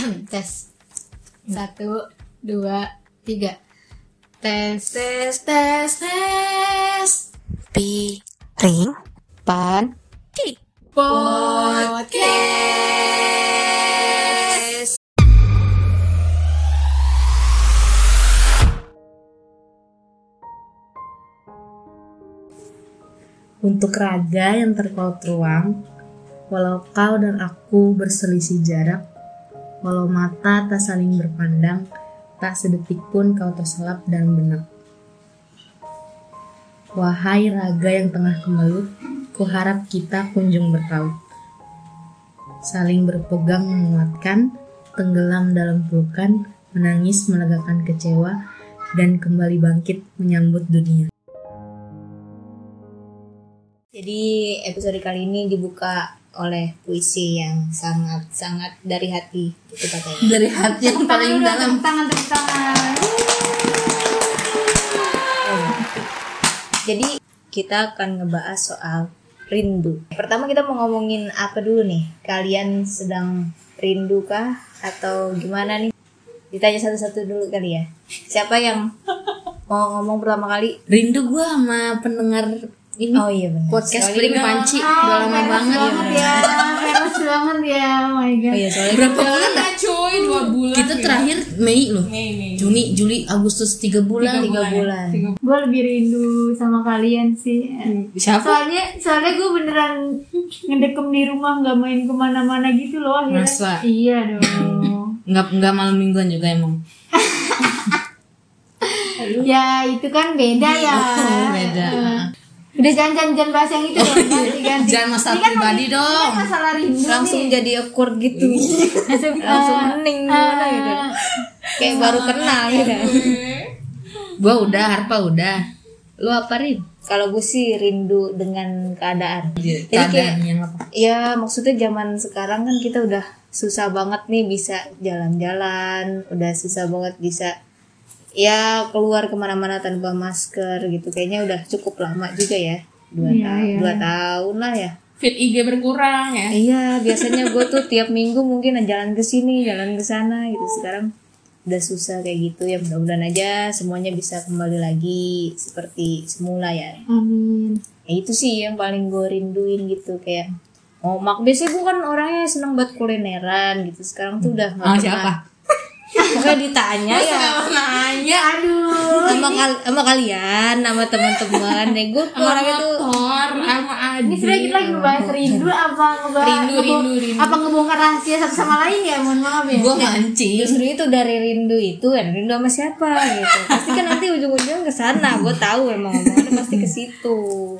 Tes 1, 2, 3. Tes Piring Pan Podcast. Untuk raga yang terpaut ruang, walau kau dan aku berselisih jarak, walau mata tak saling berpandang, tak sedetik pun kau terselap dalam benak. Wahai raga yang tengah kemelut, kuharap kita kunjung bertaut. Saling berpegang menguatkan, tenggelam dalam pelukan, menangis melegakan kecewa, dan kembali bangkit menyambut dunia. Jadi episode kali ini dibuka oleh puisi yang sangat dari hati gitu katanya. Dari hati yang paling dalam. Tangan. Jadi kita akan ngebahas soal rindu. Pertama kita mau ngomongin apa dulu nih? Kalian sedang rindu kah atau gimana nih? Ditanya satu-satu dulu kali ya. Siapa yang mau ngomong pertama kali? Rindu gue sama pendengar ini. Oh iya benar. Podcast Piring Panci udah lama banget ya. Heros banget ya. Oh my god. Oh iya, soalnya berapa bulan dah? Coy, 2 bulan. Kita terakhir Mei loh. Mei. Juni, Juli, Agustus 3 bulan. 3 bulan. Gue lebih rindu sama kalian sih. Siapa? Soalnya gue beneran ngedekem di rumah, nggak main kemana-mana gitu loh akhirnya. Masa? Iya dong. Nggak malam mingguan juga emang. Ya itu kan beda ya. Oh, beda. Udah jangan bahas yang itu dong. Ganti. Jangan masalah Ini kan pribadi ini dong. kan masalah rindu Langsung nih. jadi awkward gitu. Langsung hening gimana gitu. Kayak baru kenal gitu. Gua udah, Harpa udah. Lu apa, Rin? Kalau gue sih rindu dengan keadaan. Jadi kayak Keadaan yang apa? ya maksudnya zaman sekarang kan kita udah susah banget nih bisa jalan-jalan, udah susah banget bisa ya keluar kemana-mana tanpa masker gitu. Kayaknya udah cukup lama juga ya, 2 tahun lah ya. Fit IG berkurang ya. Iya, biasanya gue tuh tiap minggu mungkin jalan ke sini, jalan ke sana gitu. Sekarang udah susah kayak gitu ya. Mudah-mudahan aja semuanya bisa kembali lagi seperti semula ya. Amin. Ya itu sih yang paling gue rinduin gitu kayak. Oh, biasanya gue kan orangnya seneng banget kulineran gitu. Sekarang tuh udah nggak pernah. Siapa? Pokoknya ditanya ya. Nanya. Aduh. Sama kalian, sama teman-teman. Nih gue orangnya tuh. Motor sama Adi. Ini sebenarnya kita lagi ngebahas rindu apa Rindu. apa ngebongkar rahasia satu sama lain ya, mohon maaf ya. Gua mancing. Justru itu dari rindu itu ya rindu sama siapa gitu. Pasti kan nanti ujung-ujungnya ke sana. Gue tahu emang omongannya pasti ke situ.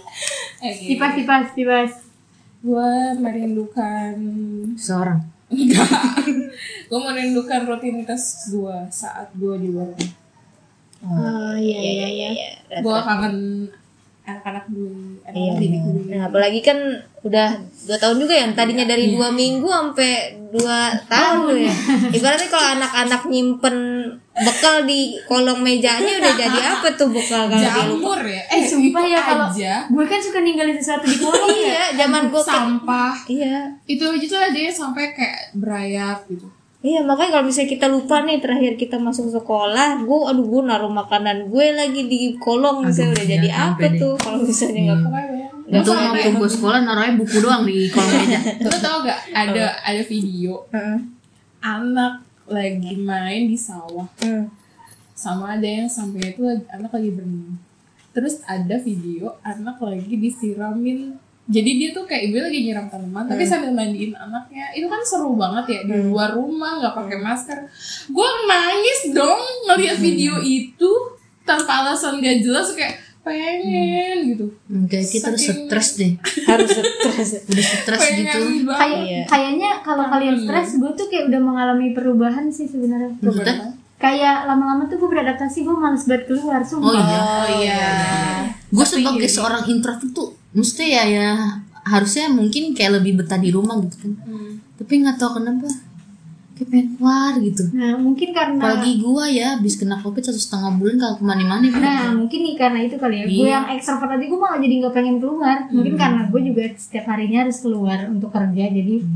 Tipas. Gue merindukan Seorang. enggak. Gue merindukan rutinitas gue saat gue di luar rumah. Oh iya. Gue kangen anak-anak dulu, Iya. anak-anak dulu. Nah, apalagi kan udah 2 tahun juga ya, tadinya dari 2 minggu sampai 2 tahun tuh ya. Ibaratnya kalau anak-anak nyimpen bekal di kolong mejanya udah jadi apa tuh bekal kalau dia lupa. Jamur ya. Sumpah itu ya kalau aja. gue kan suka ninggalin sesuatu di kolong ya. Iya, zaman gue Sampah. Iya. Itu aja tuh dia sampai kayak berayap gitu. Iya, makanya kalau misalnya kita lupa nih terakhir kita masuk sekolah, gue naruh makanan gue lagi di kolong, misalnya udah jadi jangan apa sampai tuh kalau misalnya nggak Untung waktu gue sekolah naruhnya buku doang di kolong meja. Lo tau gak ada video anak lagi main di sawah sama ada yang sampai itu anak lagi berenang. Terus ada video anak lagi disiramin. Jadi dia tuh kayak ibu lagi nyiram tanaman tapi sambil mandiin anaknya. Itu kan seru banget ya di luar rumah nggak pakai masker. Gue nangis dong ngeliat video itu tanpa alasan gak jelas kayak pengen gitu. Enggak, kita harus stres deh. harus stres. Udah stres gitu. Iya. Kayaknya kalau kalian stres, gue tuh kayak udah mengalami perubahan sih sebenarnya. Maksudnya? Kayak lama-lama tuh gue beradaptasi, gue males banget keluar, sumpah. Oh iya. Gue sebagai Tapi- seorang introvert tuh mesti ya harusnya mungkin kayak lebih betah di rumah gitu kan. Tapi nggak tahu kenapa kayak pengen keluar gitu. Nah mungkin karena Apalagi gue ya habis kena covid 1,5 bulan kalau kemana-mana gitu. Nah mungkin nih karena itu kali ya. Gue Iya. yang ekstrovert tadi gue malah jadi nggak pengen keluar. Mungkin karena gue juga setiap harinya harus keluar untuk kerja, jadi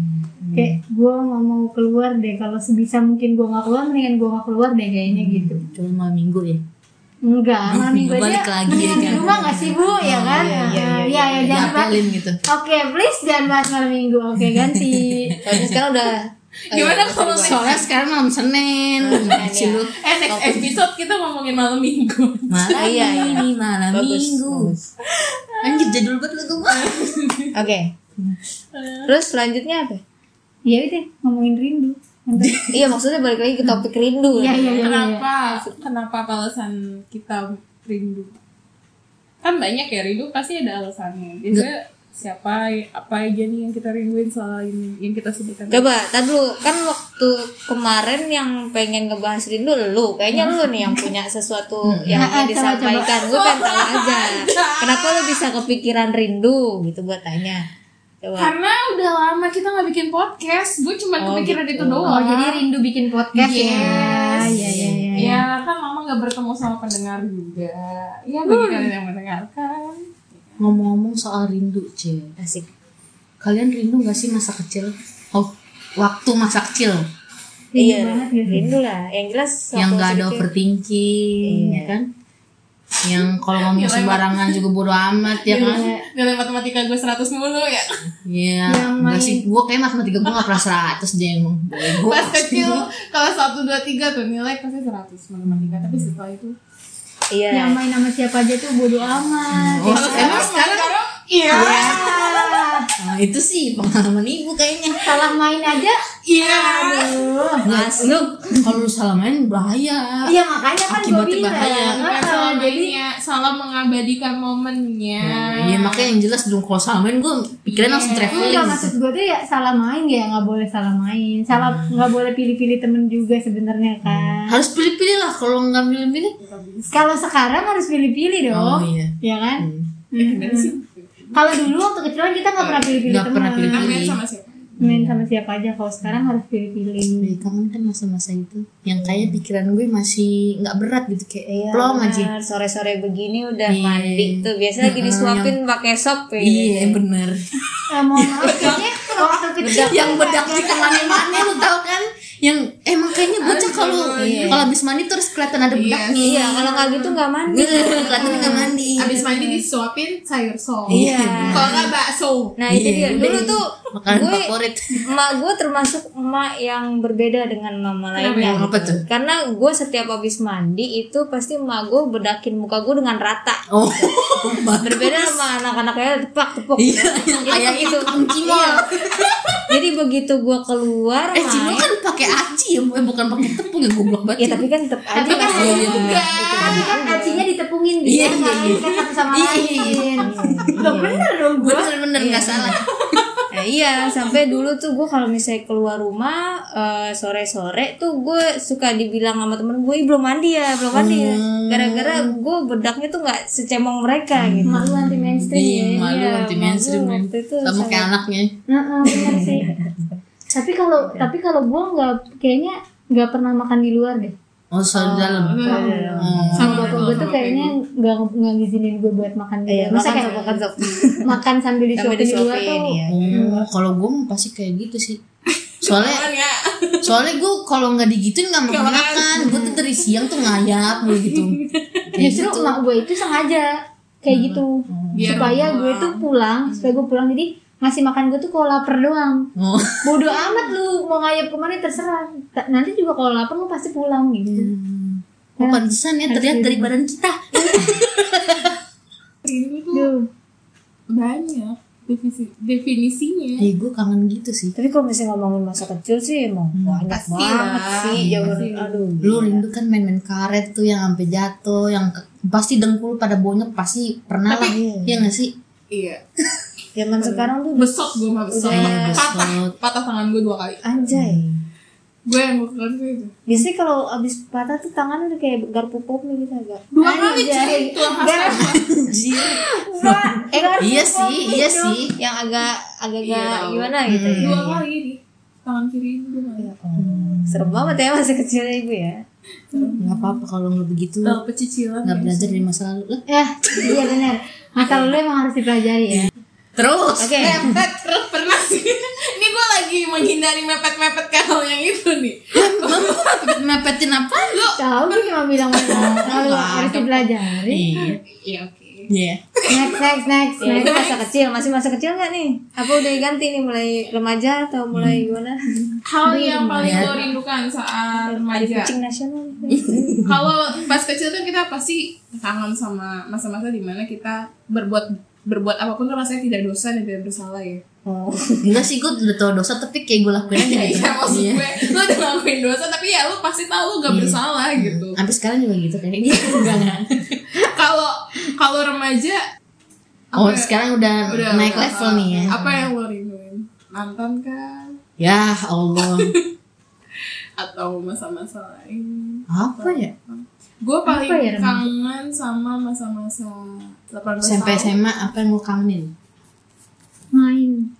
Kayak gue nggak mau keluar deh, kalau sebisa mungkin gue nggak keluar, mendingan gue nggak keluar deh kayaknya gitu. Cuma malam minggu ya. Enggak, malam minggu Balik aja lagi mendingan ya di kan? rumah nggak sih Bu, ya kan? Iya, jangan bahas. Diapelin gitu. Oke, please jangan bahas malam minggu. Oke, ganti. Soalnya sekarang udah Gimana kalau Soalnya sekarang malam Senin. Cilut. next episode kita ngomongin malam minggu. Malam ini malam Bagus, minggu. bagus. Anjir jadul banget lagu gua. Oke. Terus selanjutnya apa? Ya udah, ngomongin rindu. Iya, maksudnya balik lagi ke topik rindu. Iya. Kenapa alasan kita rindu? Kan banyak ya, rindu pasti ada alasannya. Biasanya apa aja nih yang kita rinduin soal ini yang kita sebutkan. Coba, tadi dulu kan waktu kemarin yang pengen ngebahas rindu lu, kayaknya lu nih yang punya sesuatu yang ingin disampaikan. Gue pengen tahu aja, kenapa lu bisa kepikiran rindu gitu, buat tanya. Coba. Karena udah lama kita nggak bikin podcast, gue cuma kepikiran gitu. itu doang. Oh, jadi rindu bikin podcast ya. Iya. Ya kan lama nggak bertemu sama pendengar juga. Ya bagi kalian yang mendengarkan. Ngomong-ngomong soal rindu, Ce. Asik. Kalian rindu gak sih masa kecil? Oh, waktu masa kecil Iya, banget gitu. rindu lah. Yang jelas yang waktu gak ada sedikit. overthinking, Iya. ya kan? Yang kalau ngomong sembarangan juga bodo amat, ya kan? Nilai matematika gue 100 mulu ya. Iya, Yang enggak main- sih. Gue kayak matematika gue gak pernah 100 deh emang. Bego. Pas kecil kelas 1, 2, 3 tuh nilai pasti 100 matematika. Tapi setelah itu Iya. Yang main sama siapa aja tuh bodo amat. Oh, emang sekarang? iya. Nah, itu sih pengalaman ibu kayaknya. Salah main aja. Iya. Mas, lu kalau lu salah main bahaya. Iya makanya kan gue Akibatnya bilang. bahaya. Bukan salah Jadi mainnya, salah mengabadikan momennya. Iya makanya yang jelas dong kalau salah main gue pikiran langsung traveling. enggak, maksud gue tuh ya salah main ya nggak boleh salah main. Salah nggak boleh pilih-pilih temen juga sebenarnya kan. Harus pilih-pilih lah, kalau nggak pilih-pilih. Kalau sekarang harus pilih-pilih dong. Oh iya. Ya kan? Kalau dulu waktu kecil kan kita nggak pernah pilih-pilih Nggak pernah teman. pilih-pilih. Main sama siapa? Main sama siapa aja. Kalau sekarang harus pilih-pilih. Kangen kan masa-masa itu yang kayak pikiran gue masih nggak berat gitu kayak Iya, plong aja. benar. Sore-sore begini udah Iya. mandi tuh. Biasa lagi disuapin pakai sop ya. Iya bener. Mohon maaf kayaknya waktu kecil Yang bedak di kemana-mana lu tau kan? Yang emang kayaknya bocah kalau habis mandi terus kelihatan ada bedaknya. Iya, kalau nggak gitu nggak mandi. Kelihatannya nggak mandi. Abis mandi disuapin sayur sop. Iya. Kalau nggak bakso. Nah itu dia. Dulu tuh Makanan gue favorit. emak gue termasuk emak yang berbeda dengan mama lainnya. Apa tuh? Karena gue setiap habis mandi itu pasti emak gue bedakin muka gue dengan rata. Oh, Berbeda sama anak-anaknya tepuk-tepuk. Iya, yang kayak itu. tukang cimol. Jadi begitu gue keluar Cimol main. kan pakai aci ya, bukan pakai tepung ya goblok banget. Ya tapi kan tetap aja Tapi kan masih iya, bener. tapi kan acinya ditepungin Iya, dia iya, kan iya. kan satu sama Iya, lain. Gak bener dong gue. Bener-bener nggak salah. Nah, iya, sampai dulu tuh gue kalau misalnya keluar rumah sore-sore tuh gue suka dibilang sama temen gue, belum mandi ya. Gara-gara gue bedaknya tuh nggak secemong mereka gitu. Malu anti mainstream Iya, ya. malu Iya, anti mainstream malu kan. waktu itu Sama sangat- kayak anaknya. Bener sih. Tapi kalau gue nggak kayaknya nggak pernah makan di luar deh. Oh, soal di dalam. Sama bapak gue tuh kayaknya nggak ngizinin gue buat makan di Iya, luar. Masa makan kayak makan sop. makan sambil Sampai disuapin di luar disuapin tuh. ya. Oh, kalau gue pasti kayak gitu sih. Soalnya gue kalau nggak digituin nggak mau makan. Gue tuh dari siang tuh ngayap gitu. Kayak Justru gitu. emak gue itu sengaja kayak gitu supaya gue tuh pulang, supaya gue pulang jadi ngasih makan gue tuh kalau lapar doang. Oh. Bodoh amat lu mau ngayap kemana terserah. Nanti juga kalau lapar lu pasti pulang gitu. Oh, pantesan ya terlihat dari badan kita. Rindu tuh Duh. banyak definisinya. Gue kangen gitu sih. Tapi kalau misalnya ngomongin masa kecil sih emang banyak Pasti banget lah. sih. Aduh. Lu rindu kan main-main karet tuh yang sampai jatuh, yang pasti dengkul pada bonyok pasti pernah lah. Iya nggak sih? Iya. Zaman sekarang tuh Besot gue mah besot. Udah. Patah tangan gue 2 kali. anjay. Gue yang gue keren itu. Biasanya kalau abis patah tuh tangan udah kayak garpu pop nih gitu agak. 2 kali cuy. Tulang khas. Iya sih. Yang agak Iya, tahu. gimana gitu ya. 2 kali di tangan kiri ini 2 kali. Serem banget ya masa kecilnya ibu ya. Nggak apa-apa kalau nggak begitu. Kalau pecicilan. Nggak belajar dari masa lalu lah. Ya, iya benar. Masa lalu emang harus dipelajari ya. Terus. Oke. Terus pernah sih. Ini gue lagi menghindari mepet-mepet kalau yang itu nih. Mepetin apa lo? Tahu gue cuma bilang kalau harus dipelajari. Iya oke. Iya. Next. Itu masa kecil, masih masa kecil nggak nih? Apa udah diganti nih mulai remaja atau mulai gimana? Hal yang paling lo rindukan saat Hari remaja. kucing nasional. Kalau pas kecil kan kita pasti kangen sama masa-masa dimana kita berbuat apapun tuh rasanya tidak dosa dan tidak bersalah ya. Oh. Enggak sih, gue udah tau dosa tapi kayak gue lakuin aja gitu. Iya maksud gue, lo udah ngelakuin dosa tapi ya lo pasti tahu lo gak bersalah gitu. Sampai sekarang juga gitu kayaknya. Enggak. Kalau remaja, Oh, apa ya? sekarang udah naik level nih ya. Apa yang lo rinduin? Mantan kan? Ya Allah. Atau masa-masa lain? Apa ya? Gue paling Apa ya, remaja? kangen sama masa-masa 18 SMP tahun. SMA apa yang lo kangenin? Main.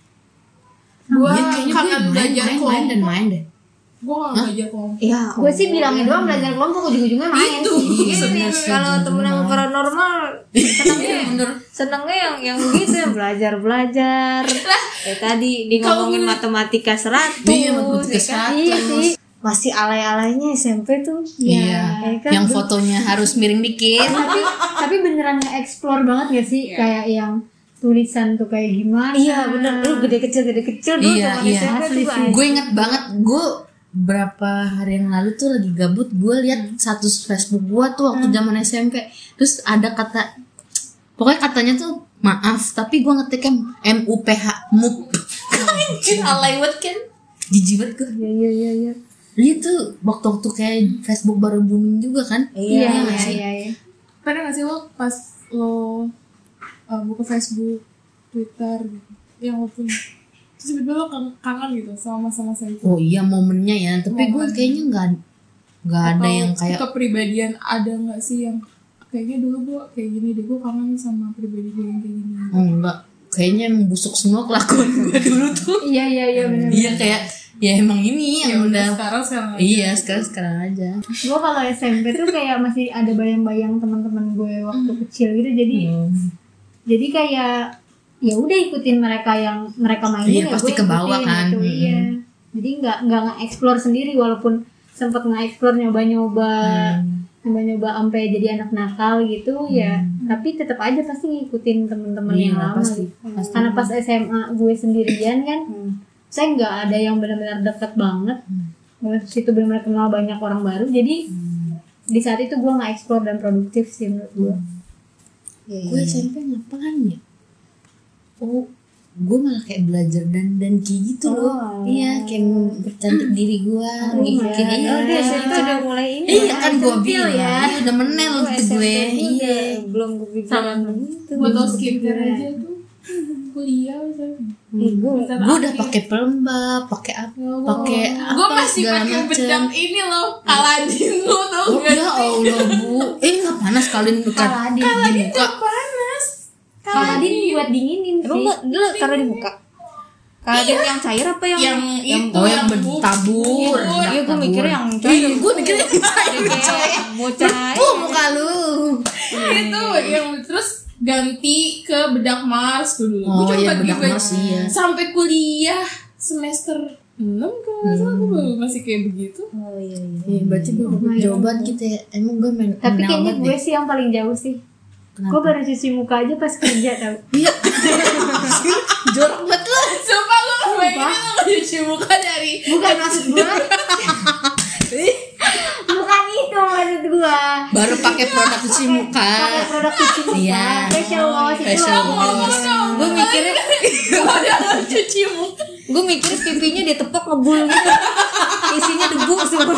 Gue Ya, kayaknya kangen belajar kelompok. main deh. Gue kangen belajar kelompok. Ya, Gue sih bilangin doang belajar kelompok, ujung-ujungnya main. Itu. Gini, kalau temen yang paranormal senengnya yang begitu yang belajar kayak tadi di ngomongin matematika 100 Iya, matematika ya kan? 100. Iya sih. Masih alay-alaynya SMP tuh. Iya. Ya kan? Yang fotonya harus miring dikit. Tapi beneran nge-explore banget gak sih? Iya. Kayak yang tulisan tuh kayak gimana? Iya bener, lu gede kecil dulu Iya, zaman iya. SMP Asli tuh sih. Gue inget banget, gue berapa hari yang lalu tuh lagi gabut, gue lihat status Facebook gue tuh waktu zaman SMP. Terus ada kata, pokoknya katanya tuh maaf, tapi gue ngetiknya MUPH MUP. Anjir, alay banget kan? Jijik banget gue. Iya. Dia tuh waktu-waktu kayak Facebook baru booming juga kan? Iya. nggak sih? Pernah gak sih lo pas lo buka Facebook, Twitter gitu, yang lo punya, terus tiba-tiba lo kangen gitu sama masa-masa itu? Oh iya momennya ya, tapi gue Momen. kayaknya nggak ada Atau yang kayak kepribadian ada nggak sih yang kayaknya dulu gue kayak gini deh, gue kangen sama pribadi gue yang kayak gini. oh enggak, kayaknya emang busuk semua kelakuan gue dulu tuh. Iya bener. Iya kayak ya emang ini Ya yang udah udah. sekarang aja. Iya sekarang aja. Gue kalau SMP tuh kayak masih ada bayang-bayang teman-teman gue waktu kecil gitu, jadi kayak ya udah ikutin mereka yang mereka mainin Iya, ya pasti gue ke bawah ikutin kan. gitu. Iya. Jadi nggak nge-explore sendiri, walaupun sempet nge-explore nyoba-nyoba sampai jadi anak nakal gitu ya, tapi tetap aja pasti ngikutin temen-temen Iya, yang lama pasti, gitu. pasti. Karena pas SMA gue sendirian kan, saya nggak ada yang benar-benar deket banget. Gue situ benar-benar kenal banyak orang baru, jadi di saat itu gue nge-explore dan produktif sih menurut gue. Gue SMP ngapain ya? Oh, gue malah kayak belajar dan kayak gitu loh. Iya, kayak bercantik diri gue. Ngikutin Oh dia SMP udah mulai ini. Iya kan gue bilang ya. Iya, udah menel gitu gue. Iya. Belum kepikiran begitu. Buat lo skincare aja tuh kuliah misalnya. Gue udah pakai pelembab, pakai apa? Pakai apa? Gue masih segala pakai macem. bedak ini loh, Aladin lo tau Oh gak ya Allah bu, nggak panas kalian bukan? Aladin. Dibuka. panas. Aladin buat dinginin Emang sih. enggak dulu taruh di muka. Kalau yang cair apa yang Yang itu Oh yang bubuk. bertabur. Iya gue mikir yang cair. Gue mikir yang Kayak bocah. muka lu. Itu yang terus ganti ke bedak Mars dulu. Oh Gua iya coba bedak gitu Mars iya. sampai kuliah semester 6 kalau nggak salah gue baru masih kayak begitu. Oh iya. Iya berarti gue jawaban kita ya. Emang gue main. Tapi menel kayaknya banget gue deh. sih yang paling jauh sih. Kenapa? Gue baru cuci muka aja pas kerja tau. Iya. Jorok banget lu. Sumpah lo bayangin lo nggak cuci muka dari Bukan maksud gue. Bukan itu maksud gue. Baru pakai produk cuci muka. Pakai produk cuci muka. Iya. Facial wash itu Facial aku wash. Gue mikirnya udah cuci muka. gue mikir pipinya ditepok ngebul gitu. Isinya debu semua.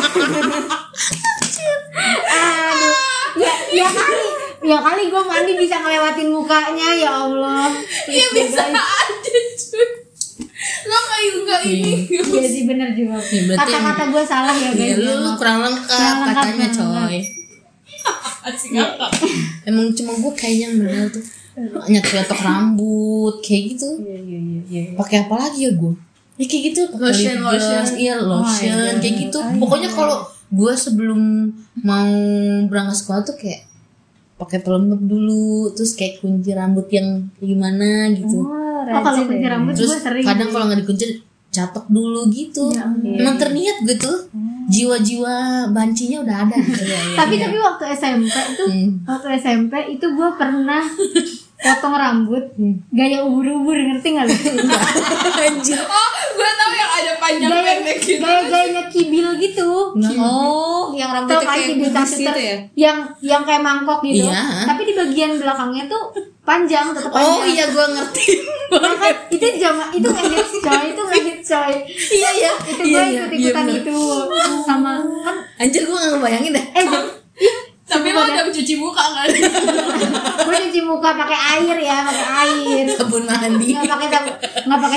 Aduh. Ya kali gue mandi bisa ngelewatin mukanya, ya Allah. Ya bisa aja cuy. Lo nggak ini. Iya sih bener juga. Ya, berarti Kata-kata gue salah ya Iya guys. lu kurang lengkap Kurang lengkap, katanya kurang coy. Asik apa? Emang cuma gue kayaknya yang bener tuh nyetok rambut kayak gitu. Iya. Pakai apa lagi ya gue? Ya kayak gitu. pakai Lotion, lip gloss, lotion. Iya lotion kayak gitu. Pokoknya kalau gue sebelum mau berangkat sekolah tuh kayak pakai pelembab dulu, terus kayak kunci rambut yang gimana gitu. Oh kalau kunci rambut Terus gue sering. kadang kalau nggak dikunci catok dulu gitu. Emang terniat gitu. Jiwa-jiwa bancinya udah ada gitu. Tapi waktu SMP itu gue pernah potong rambut gaya ubur-ubur, ngerti nggak lu? Oh, gue tahu yang ada panjang pendek gitu. Gaya-gayanya kibil gitu. Oh, yang rambutnya Tau kan kayak kibil bungkus gitu ya? yang kayak mangkok gitu. Iya. Tapi di bagian belakangnya tuh panjang, tetap panjang. Oh iya, gue ngerti. Nah, kan itu ngehits coy. Iya. Itu gue ikut-ikutan itu sama kan. Anjir, gue gak ngebayangin dah. Tapi lo udah mencuci muka kan? Gue cuci muka pakai air. Sabun mandi. Nggak pakai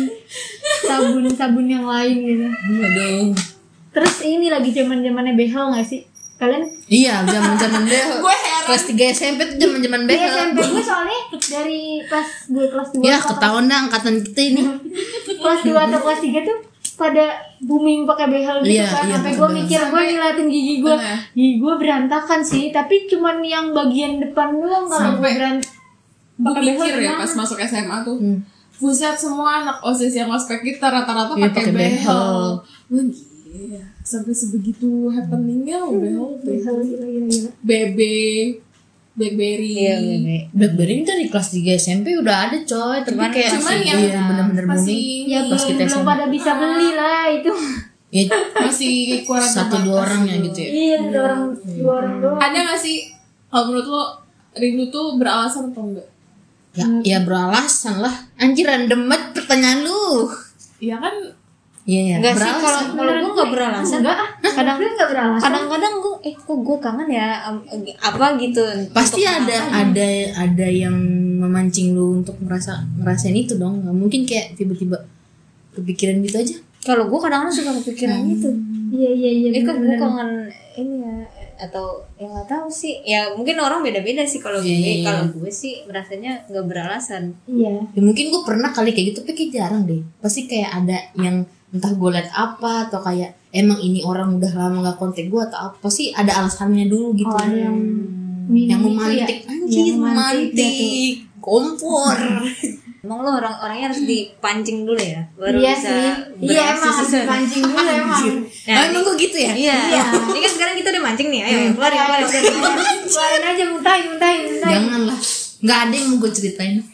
sabun yang lain gitu. Aduh. Terus ini lagi zamannya behel nggak sih kalian? Iya, zaman-zaman behel. Gue heran. Kelas 3 SMP tuh zaman-zaman Di behel. SMP gue soalnya dari kelas 2 Ya, ketahuan dah angkatan kita ini. kelas 2 atau kelas 3 tuh pada booming pakai behel gitu Iya, kan. iya, Sampai gue bener. mikir, gue ngeliatin gigi gue berantakan sih, tapi cuman yang bagian depan doang. Kalau gue Gue pakai behel mikir ya gimana? pas masuk SMA tuh. Buset, semua anak OSIS yang ospek kita rata-rata Iya, pakai pakai behel. behel. Wah, gila. Sampai sebegitu happeningnya lo behel. Behel gila. Blackberry. Iya, Bebe. Blackberry itu di kelas 3 SMP udah ada coy, tapi kayak cuman masih yang bener-bener masih- booming. Ya Pas kita belum SMA. pada bisa beli lah itu. Ya, Masih kurang 1-2 orang ya gitu ya. Iya, dua orang doang. Ada gak sih, kalau menurut lo, rindu tuh beralasan atau enggak? Ya beralasan lah. Anjir, random banget pertanyaan lu. Iya kan, Iya, Enggak sih, beralasan. kalau gue nggak beralasan. Enggak, nggak beralasan. Kadang-kadang gue kok gue kangen ya apa gitu. Pasti Untuk ada yang memancing lu untuk ngerasain itu dong. Nggak mungkin kayak tiba-tiba kepikiran gitu aja. kalau gue kadang-kadang suka kepikiran itu. Iya. Kok gue bener. kangen ini ya, atau yang nggak tahu sih. Ya mungkin orang beda-beda sih kalau gue. Iya. Kalau gue sih rasanya nggak beralasan. Iya. Ya mungkin gue pernah kali kayak gitu, tapi kayak jarang deh. Pasti kayak ada yang entah gue liat apa atau kayak emang ini orang udah lama gak kontak gue atau apa sih, ada alasannya dulu gitu. Oh, ada yang yang minum itu memantik, ya? anjir, Yang memantik kompor. Emang lo orangnya harus dipancing dulu ya, baru Iya bisa sih. Iya beraksi emang harus sesuatu. dipancing dulu emang. Nah, Oh, emang gue gitu ya? Iya. Ini kan sekarang kita udah mancing nih. Ayo, keluar. Keluarin aja, muntahin. Janganlah, nggak ada yang mau gue ceritain.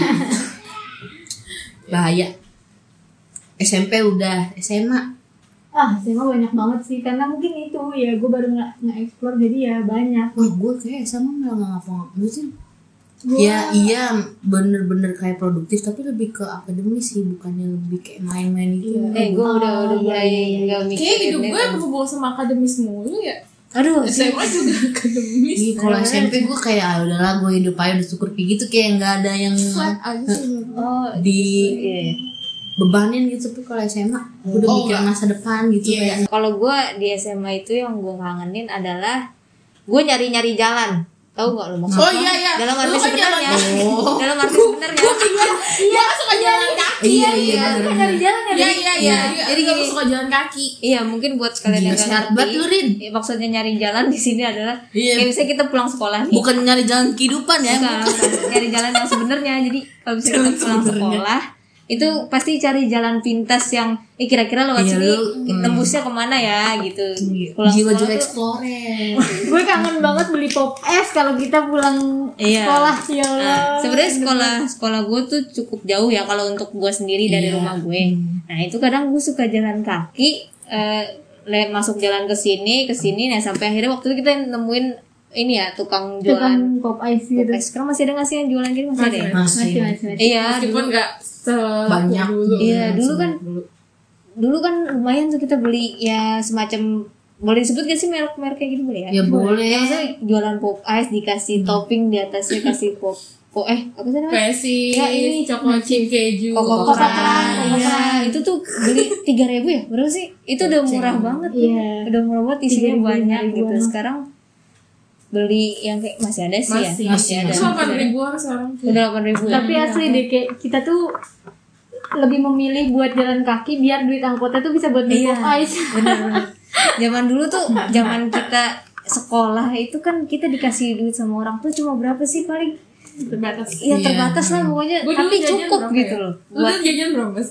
Bahaya. SMP udah, SMA. SMA banyak banget sih, karena mungkin itu ya gue baru nge-explore, jadi ya banyak. Wah, gue kayak SMA malah nggak ngapa-ngapain. Ya iya, bener-bener kayak produktif, tapi lebih ke akademis sih, bukannya lebih kayak main-main gitu. Gue udah mulai nggak kayak mikirin hidup gue itu. berhubung sama akademis mulu ya. Aduh, SMA juga akademis. Iya, kalau SMP gue kayak udahlah, gue hidup aja udah syukur kayak gitu, kayak nggak ada yang Flat aja sih. oh di iya. bebanin gitu. Tapi kalau SMA gue udah mikir masa depan gitu kayak. Kalau gue di SMA itu yang gue kangenin adalah gue nyari-nyari jalan. Tahu nggak lo maksudnya? Oh iya. Dalam arti Lu kan sebenarnya. jalan- Dalam arti sebenarnya. Iya, suka jalan kaki. Iya, Kan dari jalan ya. Iya. Jadi kamu suka jalan kaki. Iya, mungkin buat kalian yang Gila, nggak sehat banget lu, Rin. ya, maksudnya nyari jalan di sini adalah Iya. kayak misalnya kita pulang sekolah nih. Bukan nyari jalan kehidupan ya. Bukan, nyari jalan yang sebenarnya. Jadi kalau misalnya kita pulang sekolah itu pasti cari jalan pintas yang kira-kira lewat Iya, sini lu, tembusnya kemana ya gitu. Pulang Jiwa-jiwa sekolah tuh, explorer. Gue kangen banget beli pop es kalau kita pulang Iya. sekolah ya Allah. Nah, sebenarnya sekolah gue tuh cukup jauh ya kalau untuk gue sendiri dari rumah gue. Nah itu kadang gue suka jalan kaki, masuk jalan ke sini. Nah sampai akhirnya waktu itu kita nemuin ini ya tukang jualan Kan pop ice pop gitu. es. Sekarang masih ada nggak sih yang jualan gitu? Masih ada ya? Masih. Iya, Meskipun nggak Banyak. dulu. Iya dulu kan lumayan tuh kita beli ya semacam, boleh disebut gak sih merek-merek kayak gitu boleh ya? Ya boleh. Ya, maksudnya jualan pop ice dikasih topping di atasnya kasih apa sih namanya? Pesi, Ya, ini. coklat chip keju, Koko Koko-kokokan. Iya, itu tuh beli 3.000 ya? Berapa sih? Itu udah murah banget. Iya. Udah murah banget, isinya 3.000, banyak 5.000. gitu. Sekarang beli yang kayak masih ada sih ya. masih ada. itu 8.000-an sekarang. Udah 8.000 ya. Tapi asli deh, kayak kita tuh lebih memilih buat jalan kaki biar duit angkotnya tuh bisa buat beli Iya. pop ice. Bener. Zaman dulu tuh, zaman kita sekolah itu kan kita dikasih duit sama orang tuh cuma berapa sih paling? Terbatas. Ya terbatas lah pokoknya. Gua dulu Tapi jajan cukup berapa gitu ya? loh. Lu tuh jajan berapa sih?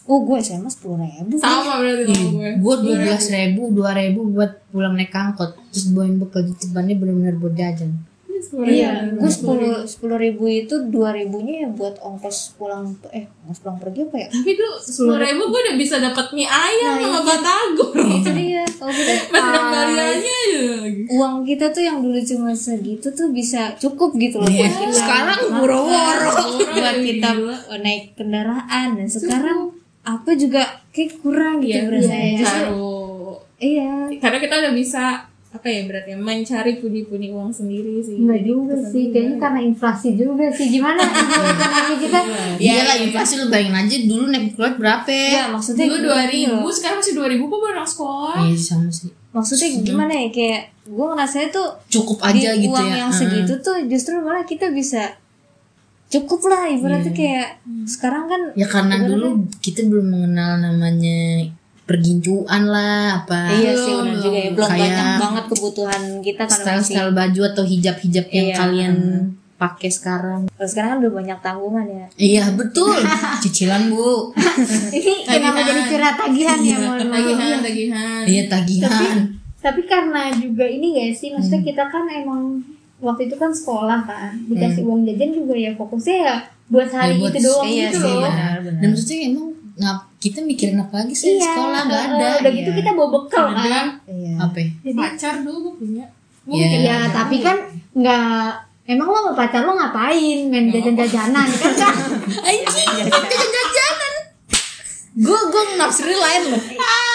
Oh gue SMA 10.000. Sama berarti sama gue. Gue 12.000, 2.000 buat pulang naik angkot. Terus bawain bekal di depannya bener-bener buat jajan. Iya, gue 10.000 itu 2.000-nya ya buat ongkos pulang pergi apa ya? Tapi tuh 10.000 gue udah bisa dapat mie ayam sama batagor. Itu dia. Kalau kita Masih kembaliannya ya. uang kita tuh yang dulu cuma segitu tuh bisa cukup gitu loh buat kita. Sekarang woro-woro. Buat kita naik kendaraan dan sekarang apa juga kayak kurang gitu rasanya. Iya. Karena kita udah bisa apa ya berarti mencari pundi-pundi uang sendiri sih. Enggak juga sih, kayaknya karena inflasi juga sih. Gimana ekonomi kita? Iya lah, inflasi lu bayangin aja dulu naik kuliah berapa? Ya maksudnya Dulu 2000, sekarang masih 2000 kok baru anak sekolah. Iya sama sih. Maksudnya gimana ya, kayak gue ngerasanya tuh Cukup di aja gitu uang ya. yang segitu tuh justru malah kita bisa cukup lah ibaratnya kayak sekarang kan Ya karena dulu kita belum mengenal namanya pergincuan lah apa. iya sih benar juga ya belum Kayak banyak banget kebutuhan kita kan masih Style-style baju atau hijab-hijab yang Iya. kalian pakai sekarang. kalau sekarang kan udah banyak tanggungan ya. Iya betul. Cicilan Bu. Ini kenapa jadi curhat tagihan ya, mohon maaf. Tagihan. Iya tagihan. Tapi karena juga ini gak sih, maksudnya kita kan emang waktu itu kan sekolah kan, dikasih uang jajan juga ya fokusnya ya buat hari Ya, buat- itu doang iya gitu sih, loh. benar. Dan maksudnya emang kita mikirin apa lagi sih Iya, sekolah nggak ada. udah gitu kita bawa bekal kan. Iya. Apa? Ya? Jadi Pacar dulu gue punya. Iya. ya tapi kan nggak, emang lo sama pacar lo ngapain main jajan-jajanan kan kan? Anjing, jajan-jajanan. Gue nafsirin lain loh.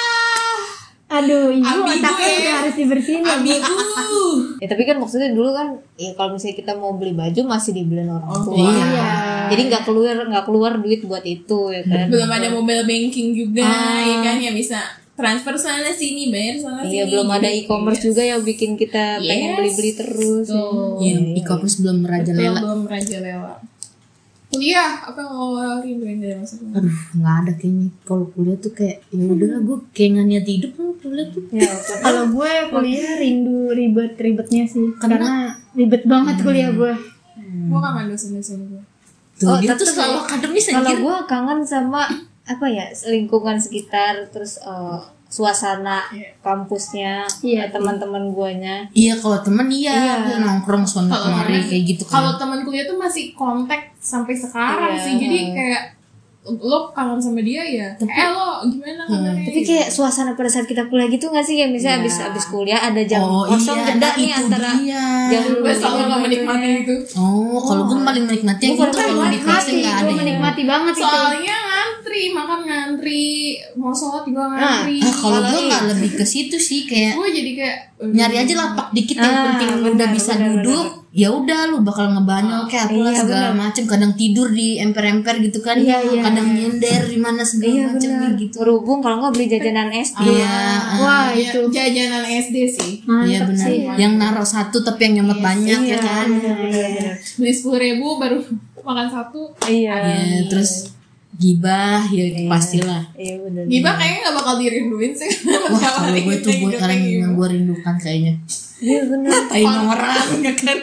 Aduh, ibu Ambigu otaknya ya. udah harus dibersihin ya, Bu. Ambigu. Ya tapi kan maksudnya dulu kan ya kalau misalnya kita mau beli baju masih dibeliin orang tua. iya. Jadi nggak keluar duit buat itu ya kan. Belum ada mobile banking juga, ya kan ya bisa transfer sana sini, bayar sana sini. Iya belum ada Jadi, e-commerce juga yang bikin kita pengen Yes. beli-beli terus. Tuh. Iya, e-commerce belum merajalela. Belum merajalela. Kuliah apa yang lo rinduin dari masa kuliah? Aduh, nggak ada kayaknya. Kalau kuliah tuh kayak ya udahlah gue kayak nggak niat hidup loh kuliah tuh. Ya, Kalau gue kuliah rindu ribetnya sih, karena ribet banget kuliah gue. Gue kangen dosen-dosen gue. Tuh Oh, dia tetep tuh selalu ya. akademis kalau anjir. gue kangen sama apa ya lingkungan sekitar terus suasana kampusnya Iya, teman-teman guanya. Iya kalau temen iya, nongkrong sono Kalau kemari temen- kayak gitu Kalau kan. teman kuliah tuh masih kontak sampai sekarang Iya. sih, jadi kayak lo kangen sama dia ya. Lo gimana kabarnya? Tapi kayak suasana pada saat kita kuliah gitu nggak sih kayak misalnya abis kuliah ada jam kosong jeda nah nih itu antara dia. jam gue selalu gak menikmati itu. Oh, kalau gue paling menikmati yang Gua itu paling kalau di kelasnya nggak ada. Gue yang- menikmati banget itu. Soalnya ngantri, makan ngantri, mau sholat juga ngantri. Ah, kalau gue nggak lebih ke situ sih kayak Gue jadi kayak nyari aja lapak dikit yang penting udah bisa duduk ya udah lu bakal ngebanyol kayak apa segala macem kadang tidur di emper-emper gitu kan kadang nyender di mana segala macem kayak gitu berhubung kalau nggak beli jajanan SD. iya Wah ya, itu jajanan SD sih. iya benar yang naruh satu tapi yang nyemet banyak ya kan Beli 10.000 baru makan satu. Iya. ya terus gibah ya pastilah Iya benar. Gibah kayaknya gak bakal dirinduin sih. wah kalau gue tuh buat orang yang gue rindukan kayaknya Iya benar. tai orang ya kan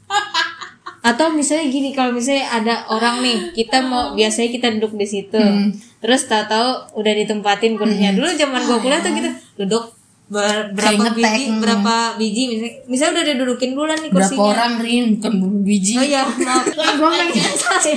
Atau misalnya gini, kalau misalnya ada orang nih, kita mau biasanya kita duduk di situ, terus tahu-tahu udah ditempatin kursinya. Dulu zaman gua kuliah tuh gitu, duduk berapa biji, berapa biji, misalnya udah didudukin duluan nih kursinya. berapa orang Rin bukan bulu biji Oh iya, maaf. gue pengen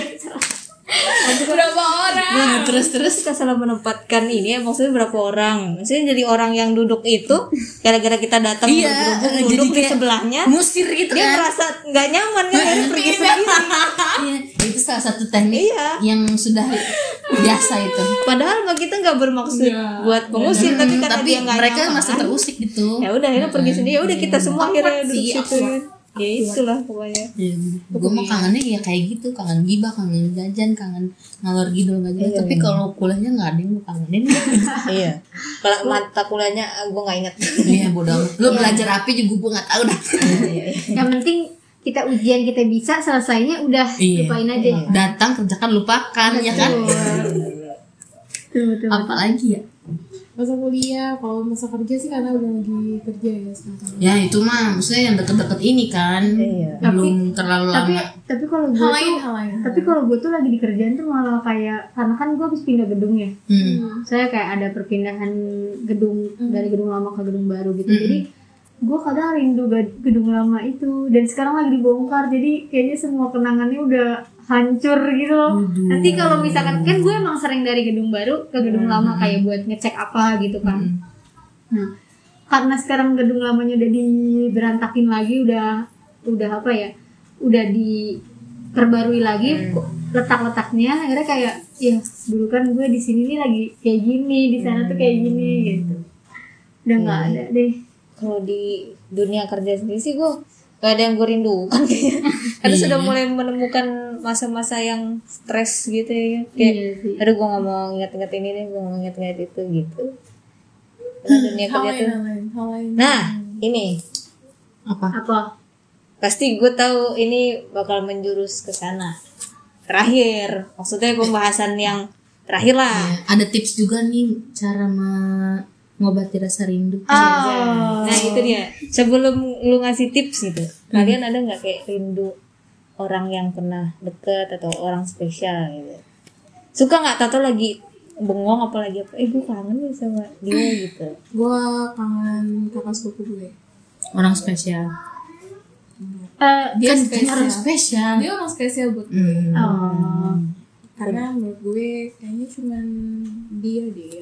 Berapa orang? Nah, terus kita salah menempatkan ini ya, maksudnya berapa orang? Maksudnya jadi orang yang duduk itu gara-gara kita datang Iya, bergerubung, jadi duduk di kayak sebelahnya, musir gitu dia kan merasa nggak nyaman kan, dia pergi sendiri. Iya, itu salah satu teknik yang sudah biasa itu. Padahal mah kita nggak bermaksud buat pengusir, tapi karena Tapi dia nggak mereka nyaman, masih terusik gitu. ya udah akhirnya pergi sendiri. Ya udah kita semua akhirnya duduk sih, situ. Ya itulah pokoknya. Gue mau kangennya ya kayak gitu, kangen gibah, kangen jajan, kangen ngalor ngidul nggak jelas. Tapi kalau kuliahnya nggak ada yang gue kangenin. Iya. Kalau mata kuliahnya gue nggak ingat. Iya bodoh amat. Lo belajar apa juga gue nggak tahu dah. yang penting kita ujian kita bisa, selesainya udah lupain aja. Datang kerjakan lupakan ya kan. Betul. Apalagi ya? Masa kuliah, kalau masa kerja sih karena udah lagi kerja ya sekarang. Ya itu mah maksudnya yang deket-deket ini kan. Iya. Belum terlalu lama. Tapi kalau gue Hal lain, tuh hal lain. tapi kalau gue tuh lagi di kerjaan tuh malah kayak, karena kan gue habis pindah gedung ya. Saya kayak ada perpindahan gedung dari gedung lama ke gedung baru gitu. Jadi gue kadang rindu gedung lama itu, dan sekarang lagi dibongkar, jadi kayaknya semua kenangannya udah hancur gitu loh. Nanti kalau misalkan kan gue emang sering dari gedung baru ke gedung lama kayak buat ngecek apa gitu kan. Nah, karena sekarang gedung lamanya udah diberantakin lagi, udah apa ya, udah diperbarui lagi letak-letaknya, akhirnya kayak ya dulu kan gue di sini nih lagi kayak gini, di sana tuh kayak gini gitu. Udah nggak ada deh. Kalau di dunia kerja sendiri sih gue gak ada yang gue rindukan kayaknya. Karena sudah mulai menemukan masa-masa yang stres gitu ya. Kayak, Iya sih. aduh gue gak mau ingat-ingat ini deh, gue gak mau ingat-ingat itu gitu. Karena dunia kerja tuh. Hal lain. Nah, ini Apa? pasti gue tahu ini bakal menjurus ke sana. Terakhir, maksudnya pembahasan yang terakhir lah. Ada tips juga nih cara mengobati rasa rindu. Nah itu dia. Sebelum lu ngasih tips gitu, kalian ada nggak kayak rindu orang yang pernah deket atau orang spesial gitu? Suka nggak tato lagi bengong apalagi apa? Gue kangen nih sama dia gitu. Gue kangen kakak sepupu gue. Orang spesial. Dia Kan spesial. orang spesial. Dia orang spesial buat Oh. karena menurut gue kayaknya cuman dia deh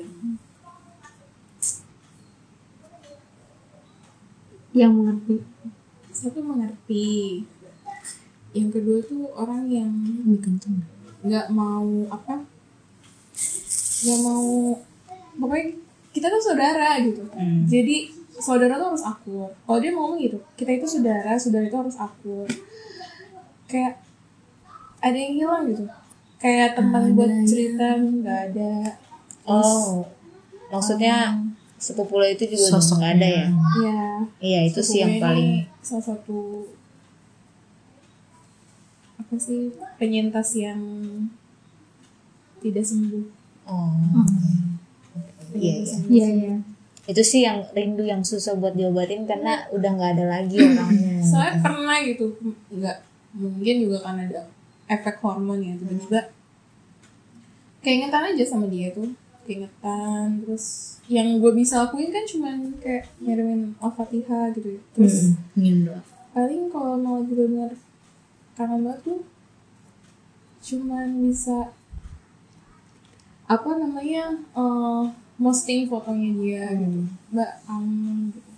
Yang mengerti. satu mengerti, yang kedua tuh orang yang nggak mau pokoknya kita tuh saudara gitu. Jadi saudara tuh harus akur. Kalau dia mau ngomong gitu, kita itu saudara itu harus akur. Kayak ada yang hilang gitu, kayak teman buat cerita nggak ada. Oh, maksudnya sepupu lo itu juga udah nggak ada ya? Ya, Iya itu sih yang sepupu ini paling. salah satu apa sih penyintas yang tidak sembuh. Oh, iya iya. Iya iya. Itu sih yang rindu yang susah buat diobatin karena udah nggak ada lagi orangnya. Soalnya pernah gitu, nggak mungkin juga kan ada efek hormon ya, tiba-tiba keingetan aja sama dia tuh, keingetan. Terus yang gue bisa lakuin kan cuman kayak ngirimin Al-Fatihah gitu ya. Terus paling kalau mau bener-bener kangen banget tuh cuman bisa posting fotonya dia gitu, Mbak gitu.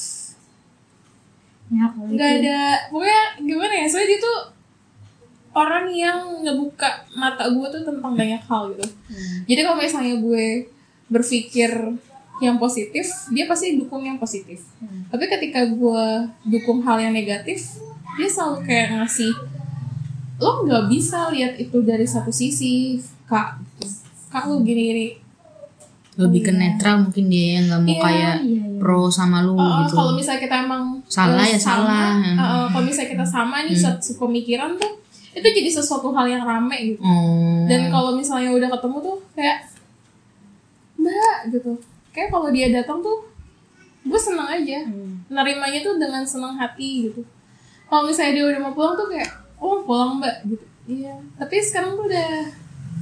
Ya, kalau Nggak itu. ada, pokoknya gimana ya, soalnya dia tuh orang yang ngebuka mata gue tuh tentang banyak hal gitu. Jadi kalau misalnya gue berpikir yang positif, dia pasti dukung yang positif. Tapi ketika gue dukung hal yang negatif, dia selalu kayak ngasih, lo nggak bisa lihat itu dari satu sisi, kak gitu. Kak lo gini-gini. Lebih ke netral mungkin dia yang nggak mau Iya, kayak pro sama lu gitu. Kalau misalnya kita emang Salah ya sama, salah. kalau misalnya kita sama nih sepemikiran tuh, itu jadi sesuatu hal yang rame gitu. Dan kalau misalnya udah ketemu tuh kayak Mbak gitu, kayak kalau dia datang tuh gue seneng aja, nerimanya tuh dengan senang hati gitu. Kalau misalnya dia udah mau pulang tuh kayak oh pulang Mbak gitu. Iya, tapi sekarang tuh udah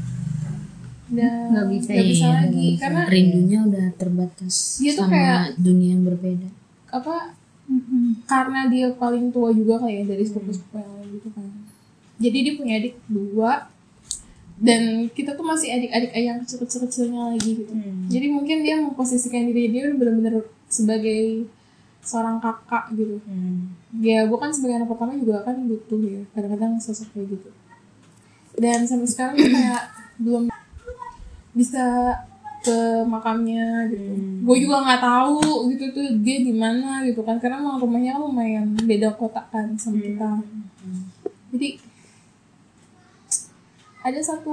Nggak bisa, lagi karena rindunya udah terbatas Dia tuh sama kayak- dunia yang berbeda. karena dia paling tua juga kayak dari sepupu-sepupu yang lain gitu kan. Jadi dia punya adik 2 dan kita tuh masih adik-adik yang kecil-kecilnya lagi gitu. Jadi mungkin dia memposisikan diri dia benar-benar sebagai seorang kakak gitu. Ya gue kan sebagai anak pertama juga kan butuh ya kadang-kadang sosok kayak gitu. Dan sampai sekarang gue kayak belum bisa ke makamnya gitu. Gue juga nggak tahu gitu tuh dia di mana gitu kan, karena emang rumahnya lumayan beda kota kan sama kita. Jadi ada satu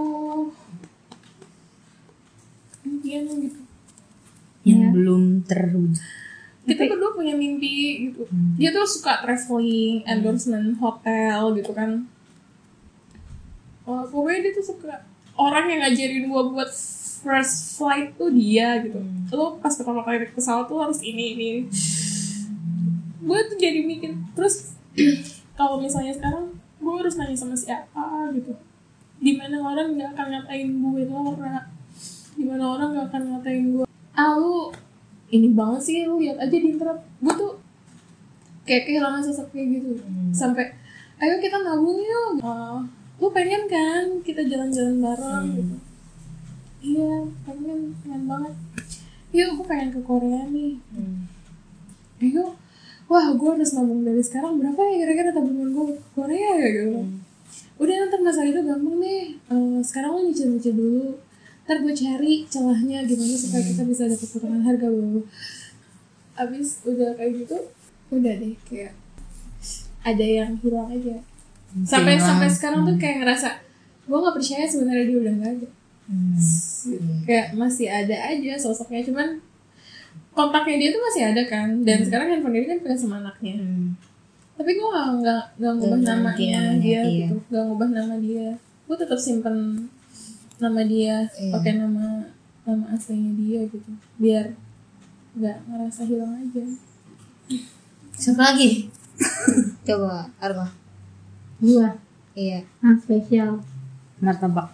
impian gitu. Yang belum terwujud. Kita berdua punya mimpi gitu. Dia tuh suka traveling, endorsement hotel gitu kan. Pokoknya dia tuh suka orang yang ngajarin gue buat first flight tuh dia gitu. Lo pas pertama kali naik pesawat tuh harus ini. Gue tuh jadi mikir terus kalau misalnya sekarang gue harus nanya sama siapa gitu. Dimana orang nggak akan ngatain gue Nora, dimana orang nggak akan ngatain gue. Lu ini banget sih, lu lihat aja di internet. Gue tuh kayak kehilangan sosok kayak gitu. Sampai ayo kita nabung yuk. Lu pengen kan kita jalan-jalan bareng gitu. Iya, pengen banget. Yuk, gue pengen ke Korea nih. Ayo, wah gue harus nabung dari sekarang. Berapa ya kira-kira tabungan gue ke Korea ya gitu. Udah nanti masalah itu gampang nih. Sekarang lo nyicil-nyicil dulu. Ntar gue cari celahnya gimana supaya kita bisa dapat potongan harga bro. Abis udah kayak gitu, udah deh kayak ada yang hilang aja. Sampai sekarang tuh kayak ngerasa gue nggak percaya sebenarnya dia udah nggak ada. Kayak masih ada aja sosoknya, cuman kontaknya dia tuh masih ada kan. Dan sekarang handphone dia kan punya sama anaknya. Tapi gue nggak ngubah namanya dia gitu, nggak ngubah nama dia. Gue tetap simpen nama dia, pakai nama aslinya dia gitu, biar nggak ngerasa hilang aja. Siapa lagi? Coba Arma. Gua Iya. spesial. Martabak.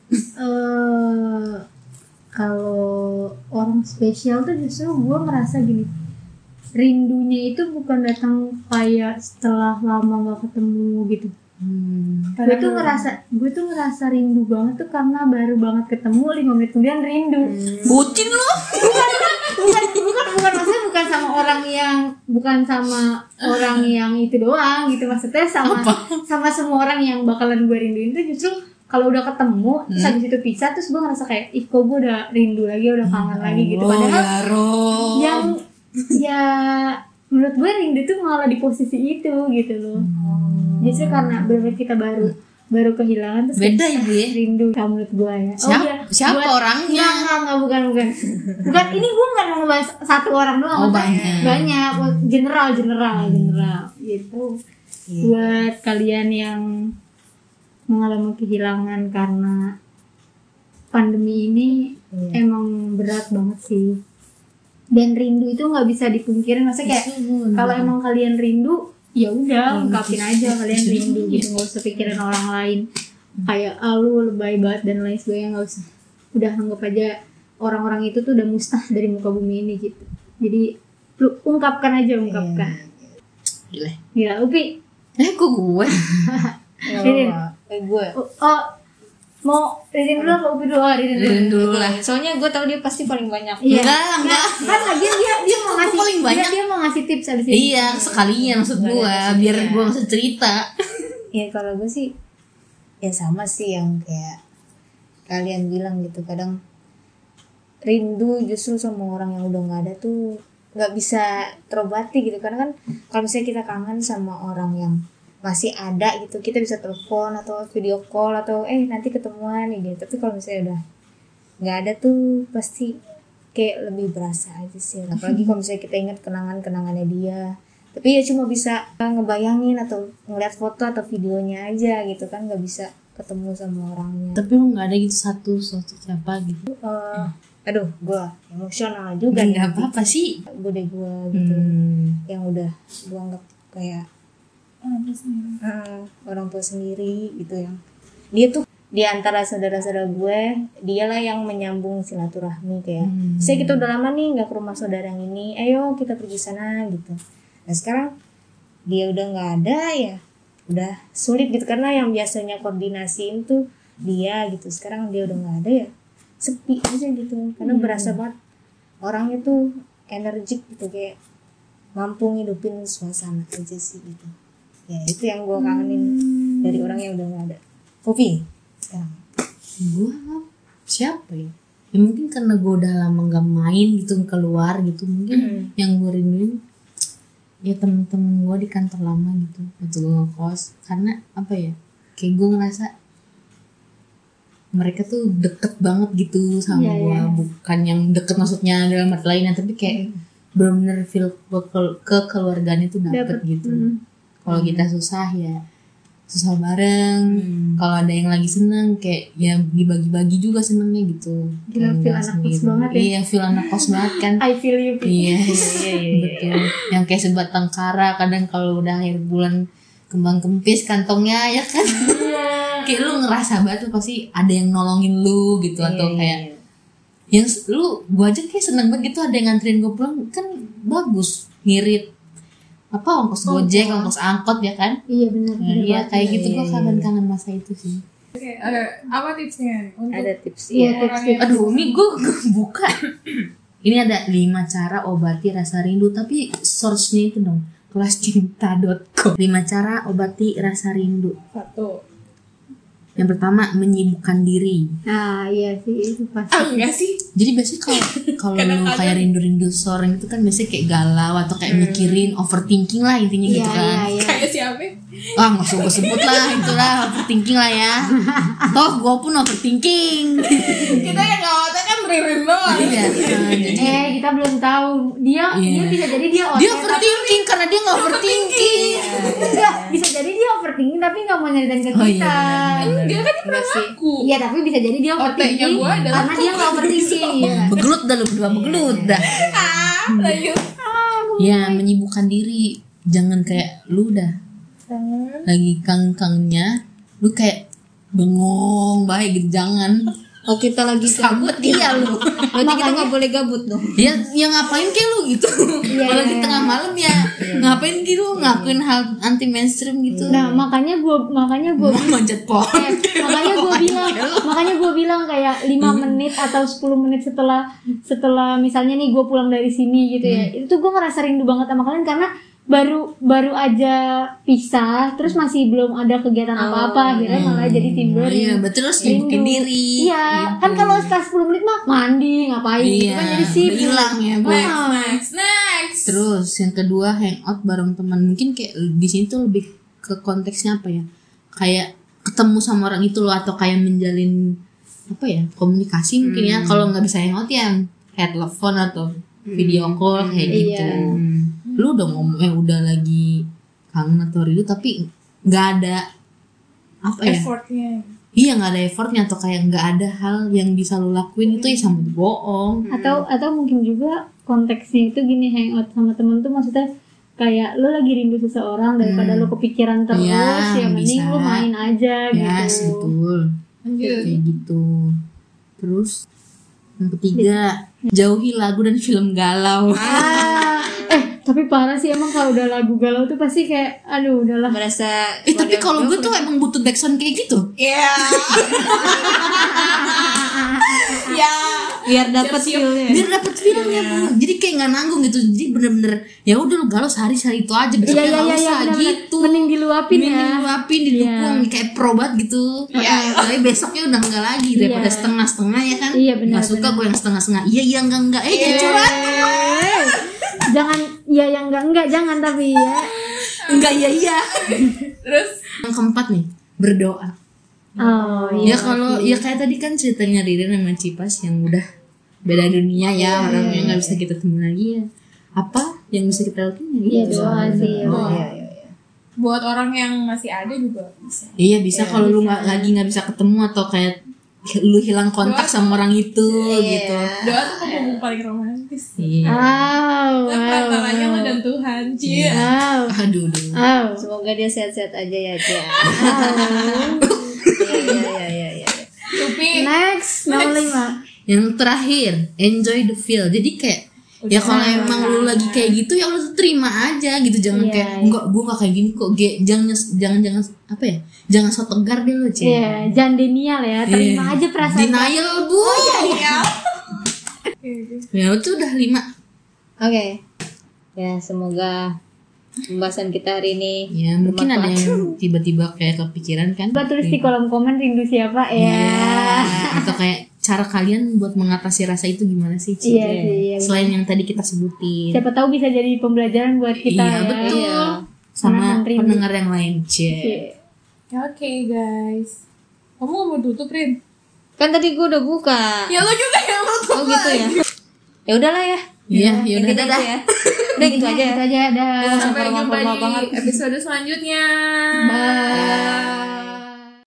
Kalau orang spesial tuh justru gue ngerasa gini, rindunya itu bukan datang kayak setelah lama gak ketemu gitu. Gue tuh ngerasa rindu banget tuh karena baru banget ketemu 5 menit kemudian rindu. Bucin lo. bukan maksudnya bukan sama orang yang itu doang gitu, maksudnya sama semua orang yang bakalan gue rinduin tuh justru kalau udah ketemu terus habis itu pisah, terus gue ngerasa kayak ih kok gue udah rindu lagi, udah kangen lagi gitu. Padahal yang ya menurut gue rindu tuh malah di posisi itu gitu loh. Justru karena benar kita baru kehilangan terus Beda ya Bu ya? rindu kamu menurut gue ya. Siapa orangnya? Enggak, bukan. Ini gue bukan mau ngebahas satu orang doang. Banyak. General gitu. Buat kalian yang mengalami kehilangan karena pandemi ini emang berat banget sih. Dan rindu itu nggak bisa dipungkirin. Maksudnya kayak kalau emang kalian rindu, ya udah ungkapin aja kalian rindu gitu, nggak usah pikirin orang lain kayak lu lebay banget dan lain sebagainya, nggak usah. Udah anggap aja orang-orang itu tuh udah musnah dari muka bumi ini gitu. Jadi lu ungkapkan. Gila Upi. Kok gue? Gue. Mau Ridin dulu apa Upi dulu? Ridin dulu lah. Soalnya gue tahu dia pasti paling banyak. Iya. Enggak. Kan lagi dia mau ngasih paling banyak. Dia mau ngasih tips habis ini. Iya, sekalian maksud gue, biar gue bisa cerita. Ya kalau gue sih ya sama sih yang kayak kalian bilang gitu. Kadang rindu justru sama orang yang udah nggak ada tuh nggak bisa terobati gitu. Karena kan kalau misalnya kita kangen sama orang yang masih ada gitu, kita bisa telepon atau video call atau nanti ketemuan gitu. Tapi kalau misalnya udah nggak ada tuh pasti kayak lebih berasa aja sih. Apalagi kalau misalnya kita ingat kenangannya dia, tapi ya cuma bisa ngebayangin atau ngeliat foto atau videonya aja gitu kan, nggak bisa ketemu sama orangnya. Tapi lu nggak ada gitu satu siapa gitu? Aduh, gue emosional juga. Nggak apa-apa sih. Bude gue gitu, yang udah gue anggap kayak orang tua sendiri gitu, yang dia tuh di antara saudara-saudara gue, dialah yang menyambung silaturahmi kayak saya kita udah lama nih nggak ke rumah saudara yang ini, ayo kita pergi sana gitu. Nah sekarang dia udah nggak ada, ya udah sulit gitu, karena yang biasanya koordinasiin tuh dia gitu, sekarang dia udah nggak ada, ya sepi aja gitu. Karena berasa banget orangnya tuh energik gitu, kayak mampu ngidupin suasana aja sih gitu. Ya itu yang gue kangenin dari orang yang udah gak ada. Popi sekarang. Gue siapa ya? Ya mungkin karena gue udah lama gak main gitu, keluar gitu. Mungkin yang gue rinduin ya temen-temen gue di kantor lama gitu, waktu gue ngekos. Karena apa ya, kayak gue ngerasa mereka tuh deket banget gitu sama gue. Bukan yang deket maksudnya dalam arti lainnya, tapi kayak bener-bener feel kekeluargaan itu dapet gitu. Kalau kita susah ya susah bareng. Kalau ada yang lagi seneng kayak ya dibagi-bagi juga senengnya gitu. Gila, Kayak feel nggak anak kos sendiri. banget ya. Iya, feel anak kos banget kan. I feel you. Iya, betul. Yang kayak sebatang kara kadang kalau udah akhir bulan kembang kempis kantongnya ya kan. Kayak lu ngerasa banget tuh pasti ada yang nolongin lu gitu atau kayak yang gua aja kayak seneng banget gitu ada yang nganterin gua pulang kan bagus ngirit apa ongkos gojek ongkos angkot ya kan. Iya benar. Iya kayak gitu gua kangen masa itu sih. Oke, apa tipsnya untuk Ada tips Iya, ya. tips. Aduh ini gua buka ini ada 5 cara obati rasa rindu tapi source-nya itu dong kelascinta.com 5 cara obati rasa rindu. satu? Yang pertama menyibukkan diri. Nah, iya sih itu pasti. Enggak sih. Jadi biasanya kalau lu kayak rindu-rindu seorang itu kan biasanya kayak galau atau kayak mikirin overthinking lah intinya gitu kan. Iya. Kayak siapa? Ah nggak usah gue sebut lah itulah overthinking lah ya. Toh gue pun overthinking. Kita yang ngawatnya kan beririn doang. Iya. Jadi Kita belum tahu. Dia bisa jadi dia dia overthinking karena dia nggak overthinking. Enggak, bisa jadi dia overthinking tapi nggak mau nyeritain ke Oh kita. iya. benar-benar. Dia kan pernah ngaku. Iya, tapi bisa jadi dia overthinking gua adalah karena dia nggak overthinking. Iya. Begelut dah lu berdua begelut dah. Lanjut. Ya menyibukkan diri. Jangan kayak lu dah lagi kangkangnya lu kayak bengong baik gitu jangan. Oh kita lagi Gabut iya lu. Berarti kita nggak boleh gabut dong. Ya ngapain kayak lu gitu. Kalau di tengah malam ya ngapain gitu ngakuin hal anti mainstream gitu. Nah, makanya gue Mau manjat pohon. makanya gue bilang kayak 5 menit atau 10 menit setelah misalnya nih gue pulang dari sini gitu ya. Itu gue ngerasa rindu banget sama kalian karena baru aja pisah terus masih belum ada kegiatan apa-apa akhirnya malah jadi timbul Iya, betul harus nyibukin diri. Iya, kan kalau setelah 10 menit mah mandi ngapain gitu kan jadi sibuk. hilang ya, Bu. Next. Terus yang kedua hangout bareng teman. Mungkin kayak di sini tuh lebih ke konteksnya apa ya? Kayak ketemu sama orang itu loh atau kayak menjalin apa ya? Komunikasi mungkin ya. Kalau nggak bisa hangout ya kayak telepon atau video call kayak gitu. Lu udah ngomong udah lagi kangen atau rindu tapi nggak ada apa ya? Effortnya. Iya nggak ada effortnya atau kayak nggak ada hal yang bisa lu lakuin itu ya sama bohong. Atau mungkin juga konteksnya itu gini, hangout sama temen tuh maksudnya kayak lu lagi rindu seseorang daripada lu kepikiran terus Iya, ya mending bisa. lu main aja Yes, gitu. betul. Lanjut. Kayak gitu. Terus yang ketiga jauhi lagu dan film galau. Tapi parah sih emang kalau udah lagu galau tuh pasti kayak aduh udahlah. Merasa Tapi kalau gue tuh emang butuh backsound kayak gitu. Iya. Ya. biar dapat feel-nya. Biar dapet feelnya Bu. Jadi kayak nggak nanggung gitu. Jadi bener-bener ya udah lu galau sehari itu aja besoknya nggak usah benar-benar. gitu. Mending diluapin ya. Mending diluapin, didukung kayak pro banget gitu. Tapi besoknya udah enggak lagi daripada setengah-setengah ya kan. Iya, benar, Nggak suka gue yang setengah-setengah. Iya enggak. Jangan curhat. Jangan ya yang enggak jangan tapi ya. Enggak iya. Terus Yang keempat nih, berdoa. Oh Ya kalau ya kayak tadi kan ceritanya Ririn sama Cipas yang udah beda dunia ya orangnya nggak bisa kita temui lagi ya. Apa yang bisa kita lakukan ya? Iya doa sih. Ya. buat orang yang masih ada juga bisa. Iya bisa kalau lu nggak bisa ketemu atau kayak lu hilang kontak sama orang itu gitu. Doa tuh penghubung paling romantis. Iya. Antaranya lo dan Tuhan. Cie. Aduh. Semoga dia sehat-sehat aja ya, Cia. Iya. Tupi. Next, nomor 5. Yang terakhir, enjoy the feel. Jadi kayak ya kalau emang lu lagi kayak gitu ya lu tuh terima aja gitu. Jangan kayak enggak gue gak kayak gini kok. Jangan apa ya? Jangan so tegar deh lu, Cie. Iya, jangan denial ya. Terima aja perasaan. Denial, Bu. Ya itu udah 5. Oke. Ya, semoga pembahasan kita hari ini Ya mungkin ada yang tiba-tiba kayak kepikiran kan. Coba tulis di kolom komen rindu siapa ya. Iya. Atau kayak cara kalian buat mengatasi rasa itu gimana sih, Ci? Iya sih, iya. Selain yang tadi kita sebutin. Siapa tahu bisa jadi pembelajaran buat kita Iya, ya. betul. Iya. Sama Menahan rindu. pendengar yang lain, Cie. Iya. Oke guys. Kamu gak mau tutup, Rin? Kan tadi gue udah buka. Ya lo juga yang tutup. Oh gitu ya. Ya udahlah ya. Iya, Intinya yaudah. itu ya. Udah gitu aja ya. Itu aja dah. Sampai jumpa formal di banget. episode selanjutnya. Bye.